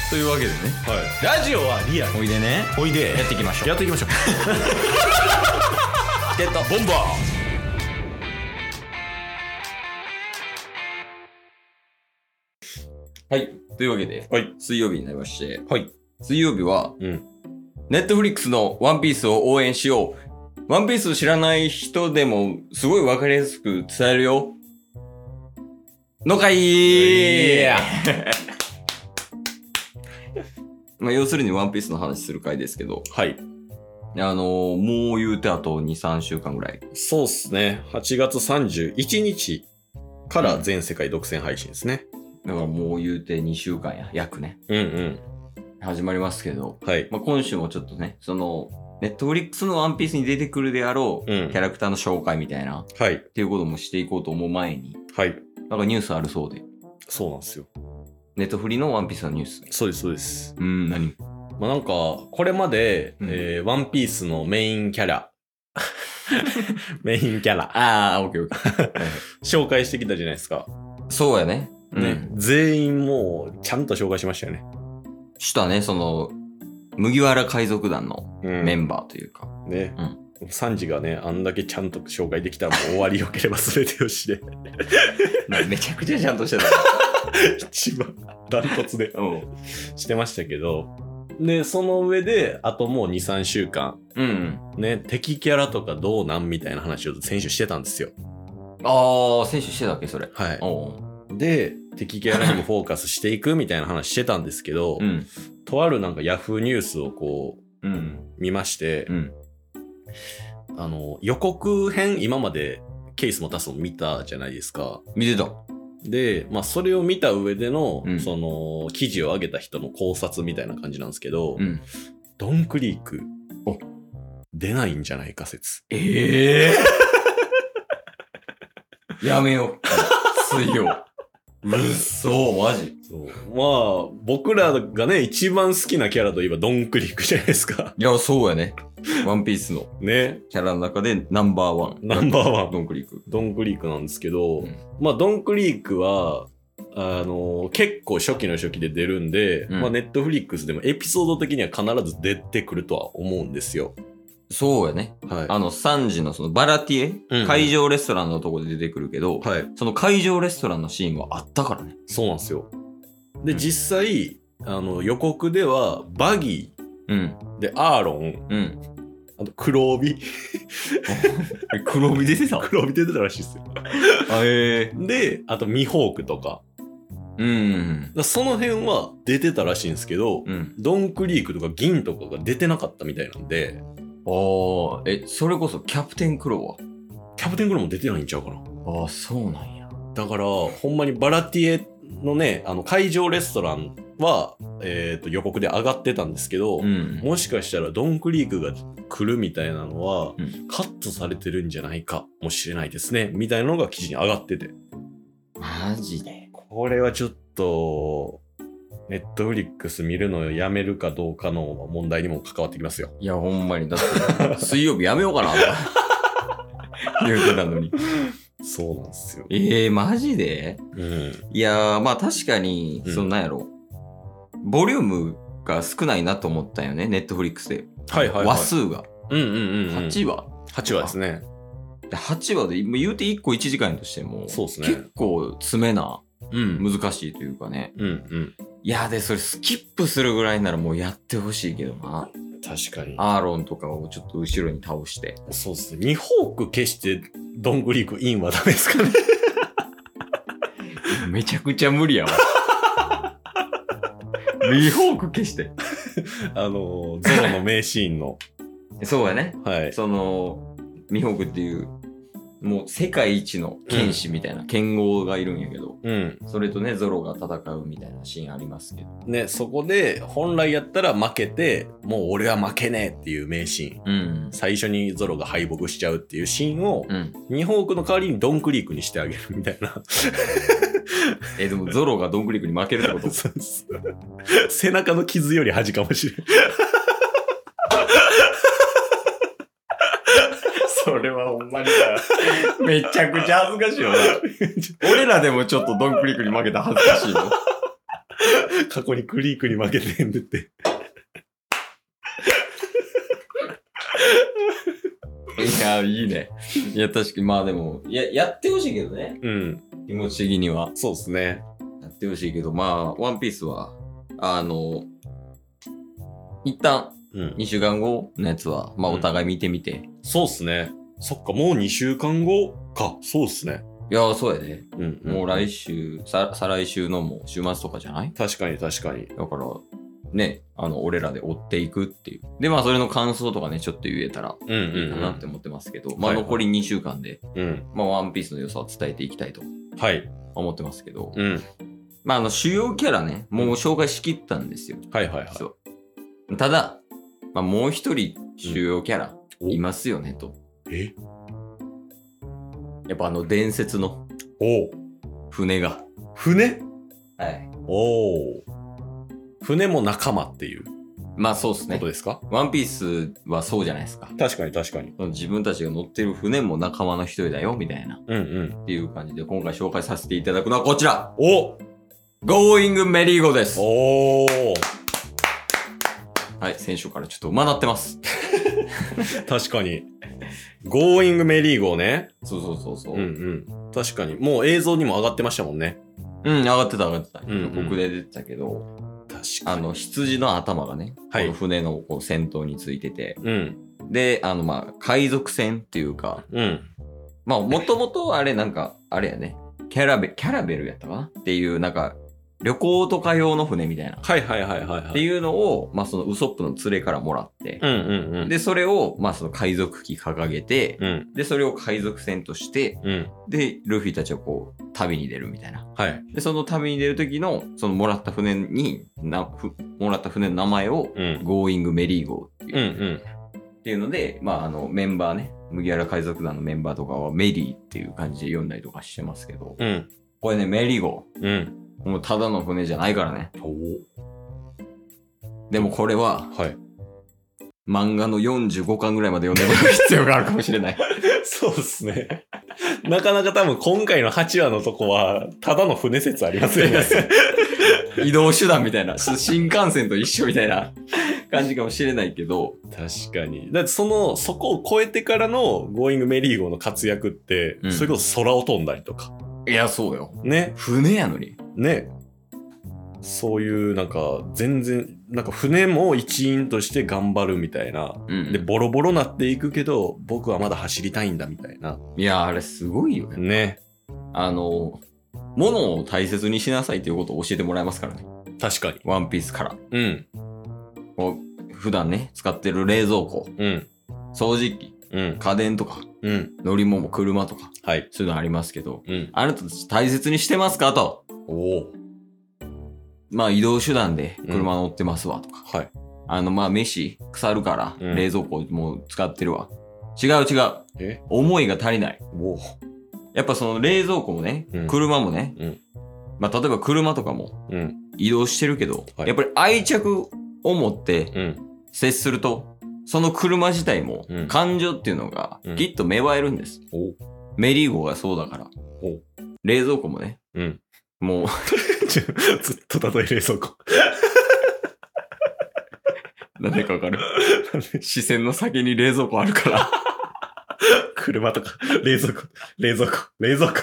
というわけでね、 ラジオはリアル。 おいでね、 おいでやっていきましょう。 やっていきましょう。 チケットボンバはい。というわけで、 ー。はい。 水曜日になりまして、 はい。 水曜日は、 うん。 ネットフリックスのワンピースを応援しよう。ワンピースを知らない人でも、すごいわかりやすく伝えるよ。のかいやまあ、要するにワンピースの話する回ですけど、 はい。 もう言うてあと2、3週間ぐらい。 そうっすね。8月31日から全世界独占配信ですね。 だからもう言うて2週間や、約ね。 うんうん。 始まりますけど、 はい。 まあ、今週もちょっとね、ネットフリックスのワンピースに出てくるであろう、 うんキャラクターの紹介みたいな、 はい。 っていうこともしていこうと思う前に、 はい。 なんかニュースあるそうで、 そうなんですよ。 ネットフリのワンピースのニュース。 そうです、そうです。 何まあ、なんか、これまで、ワンピースのメインキャラ、メインキャラ、 あー、オッケーオッケー。はいはい紹介してきたじゃないですか。 そうやね。 ね。全員もう、ちゃんと紹介しましたよね。 したね、麦わら海賊団のメンバーというか。 ね。サンジがね、あんだけちゃんと紹介できたらもう終わりよければ全てよしで。 めちゃくちゃちゃんとしてた。 一番ダントツでうん。 してましたけど。で、その上で、あともう2、3週間、 うん。 ね、敵キャラとかどうなんみたいな話を先週してたんですよ。 あー、選手してたっけ、それ。 はい。 おう。 で、敵キャラにもフォーカスしていくみたいな話してたんですけど、 うん。 とあるなんかヤフーニュースをこう、 うん。 見ましてう、ん。 予告編今までケースもタスも見たじゃないですか。 見てた。 で、まあそれを見た上での、 うんその、記事を上げた人の考察みたいな感じなんですけど、 うん。 ドンクリークお、 出ないんじゃないか説。 やめよう。水曜。うっそマジ。 そう。まあ、僕らがね、一番好きなキャラといえばドンクリークじゃないですか。 いや、そうやね。ワンピースのね。 キャラの中でナンバーワン。 ナンバーワンドンクリーク。 ドンクリークなんですけど、 うんまあ、ドンクリークは、結構初期の初期で出るんで、 うんまあ、ネットフリックスでもエピソード的には必ず出てくるとは思うんですよ。 そうやね。 はい。 3時のバラティエ、 うん会場レストランのとこで出てくるけど、 はい。 その会場レストランのシーンはあったからね。 そうなんですよ。で、 うん実際、予告では、バギうん。 ー、で、アーロン、 うん。 あと、黒帯。 黒帯出てた黒帯出てたらしいですよ。で、あと、ミホークとか。 うん。 その辺は出てたらしいんですけど、 うん。 ドンクリークとか銀とかが出てなかったみたいなんで、 それこそキャプテンクローはキャプテンクローも出てないんちゃうかな。 そうなんや。 だから、ほんまにバラティエのね、会場レストランは、予告で上がってたんですけど、 うん。 もしかしたらドンクリークが来るみたいなのは、 うんカットされてるんじゃないかもしれないですね。みたいなのが記事に上がってて。 マジで。 これはちょっと、ネットフリックス見るのをやめるかどうかの問題にも関わってきますよ。 いや、ほんまに。だって、水曜日やめようかなと言うてたのに。 そうなんですよ。 マジでうん。 いやー、まあ確かに、 うんなんやろ。ボリュームが少ないなと思ったよね、ネットフリックスで。 はいはいはい。 話数が。 うんうんうん、うん。 8話。 8話ですね。 で8話で、言うて1個1時間としても、 そうっすね結構詰めな、 うん。 難しいというかね。 うんうん。 いや、で、それスキップするぐらいならもうやってほしいけどな。 確かに。 アーロンとかをちょっと後ろに倒して。 そうっすね。2ホーク消してドングリークインはダメですかね。 めちゃくちゃ無理やわ。リホーク消して。 ゾロの名シーンの。 そうやね。 はい。 ミホークっていう、もう世界一の剣士みたいな剣豪がいるんやけど、 うん。 それとね、ゾロが戦うみたいなシーンありますけど。 ね、そこで、本来やったら負けて、もう俺は負けねえっていう名シーン。 うん。 最初にゾロが敗北しちゃうっていうシーンを、 うん。 ニホークの代わりにドンクリークにしてあげるみたいな。 でもゾロがドンクリークに負けるってことそうです背中の傷より恥かもしれん。 それはほんまにさ、めちゃくちゃ恥ずかしいよな。俺らでもちょっとドンクリークに負けた恥ずかしいよ。 過去にクリークに負けてんでって。 いや、いいね。いや、確かに、まあでも、やってほしいけどね。 うん。 気持ち的には。 そうですね。 やってほしいけど、まあ、ワンピースは、一旦、 うん。 2週間後のやつは、まあ、お互い見てみて。 そうっすね。そっか、もう2週間後か。そうっすね。 いや、そうやで。 うん、 もう来週、再来週のもう週末とかじゃない？ 確かに確かに。 だから、ね、俺らで追っていくっていう。で、まあ、それの感想とかね、ちょっと言えたらうんうん、 いいかなって思ってますけど、まあ、残り2週間で、まあ、ワンピースの良さを伝えていきたいとはい。 思ってますけど、 うん。 まあ、主要キャラね、もう紹介しきったんですよ。 はいはいはい。 そう。ただ、まあ、もう一人主要キャラいますよね、と。 え？ やっぱ伝説のお船が。 船？ はい。 お船も仲間っていうまあそうですねこと。ですか？ ワンピースはそうじゃないですか。 確かに確かに。 自分たちが乗ってる船も仲間の一人だよ、みたいな。 うんうん。 っていう感じで、今回紹介させていただくのはこちら。 お Going メリーゴです。 おはい、先週からちょっと馬なってます。 確かに。Going メリーゴーね。 そうそうそうそう。 うんうん。確かに。もう映像にも上がってましたもんね。 うん、上がってた上がってた。 うんうん予告で出てたけど、 確かに。 羊の頭がね、 はいこの船のこう先頭についてて、 うん。 で、まあ、海賊船っていうか、 うん。 まあ、もともとあれなんか、あれやね、キャラベルやったかなっていう、なんか、旅行とか用の船みたいな。 はいはいはいはいはい。 っていうのを、まあ、そのウソップの連れからもらって、 うんうんうん。 で、それを、まあ、その海賊旗掲げて、 うん。 で、それを海賊船として、 うん。 で、ルフィたちをこう、旅に出るみたいな。 はい。 で、その旅に出る時の、そのもらった船に、もらった船の名前を、 うん。 Going メリーゴーっていう。 うんうん。 っていうので、まあ、メンバーね、麦わら海賊団のメンバーとかはメリーっていう感じで読んだりとかしてますけど、 うん。 これね、メリーゴうん。 ー。もうただの船じゃないからね。 おでもこれは、 はい。 漫画の45巻ぐらいまで読んでもらう必要があるかもしれない。 そうですね。なかなか多分今回の8話のとこは、ただの船説ありますよね。 移動手段みたいな、新幹線と一緒みたいな感じかもしれないけど。 確かに。だってそこを超えてからの Going メリーゴーの活躍って、 うんそれこそ空を飛んだりとか。 いや、そうよ。 ね。 船やのに。 ね。そういうなんか全然、なんか船も一員として頑張るみたいな。 うん。 で、ボロボロなっていくけど、僕はまだ走りたいんだみたいな。 いや、あれすごいよね。 ね。 物を大切にしなさいということを教えてもらえますからね。 確かに。 ワンピースから。 うん。 こう普段ね、使ってる冷蔵庫、 うん。 掃除機、 うん。 家電とか、 うん。 乗り物、車とか、 はい。 そういうのありますけど、 うん。 あなたたち大切にしてますかと。 おお。 まあ移動手段で車乗ってますわとか。 はい。 まあ飯腐るからうん冷蔵庫もう使ってるわ。違う違う。 え思いが足りない。 おお。 やっぱその冷蔵庫もね、 うん車もね、 うんまあ例えば車とかもうん。 移動してるけど、 はいやっぱり愛着を持ってうん。 接すると、その車自体もうん感情っていうのがうんきっと芽生えるんです。 おメリーゴーがそうだから。 お冷蔵庫もね、 うん。 もうずっと例え冷蔵庫。 なんでかわかる視線の先に冷蔵庫あるから。 車とか、冷蔵庫、冷蔵庫、冷蔵庫。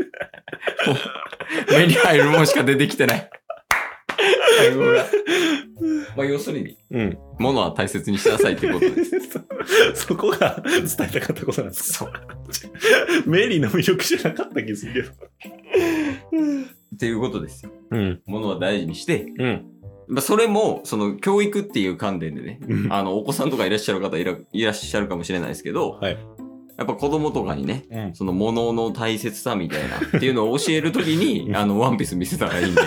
目に入るもんしか出てきてない。単語が。まあ要するに、 うん。 物は大切にしなさいってことです。 そこが伝えたかったことなんですか。 そう。 メリーの魅力じゃなかった気するけど。 っていうことですよ。 うん。 物は大事にして、 うん。 まあそれも、その教育っていう観点でね、 うんお子さんとかいらっしゃる方いらっしゃるかもしれないですけど、 はい。 やっぱ子供とかにね、 うん。 その物の大切さみたいなっていうのを教えるときに、ワンピース見せたらいいんで。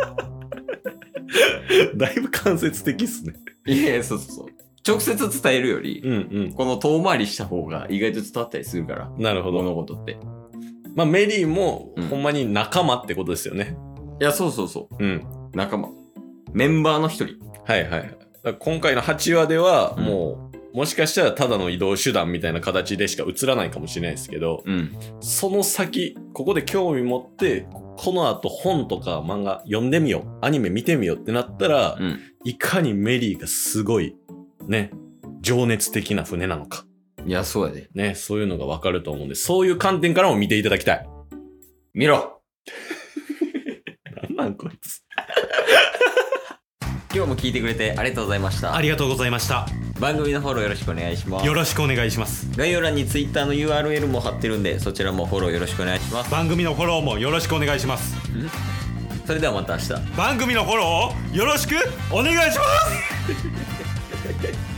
だいぶ間接的っすね。 いやいや、そうそうそう。直接伝えるより、 うんこの遠回りした方が意外と伝わったりするから、 うん。なるほど。 物事って。 まあメリーもうんほんまに仲間ってことですよね。 いや、そうそうそう。 うん。 仲間。メンバーの一人。 はいはい。だから今回の8話ではうんももしかしたらただの移動手段みたいな形でしか映らないかもしれないですけど、その先、ここで興味持って、この後本とか漫画読んでみよう、アニメ見てみようってなったら、いかにメリーがすごい、ね、情熱的な船なのか。 いや、そうやで。 ね、そういうのがわかると思うんで、そういう観点からも見ていただきたい。 見ろなんこいつ。 今日も聞いてくれてありがとうございました。 ありがとうございました。 番組のフォローよろしくお願いします。 よろしくお願いします。 概要欄に Twitter の URL も貼ってるんで、そちらもフォローよろしくお願いします。 番組のフォローもよろしくお願いします。 それではまた明日。 番組のフォローをよろしくお願いします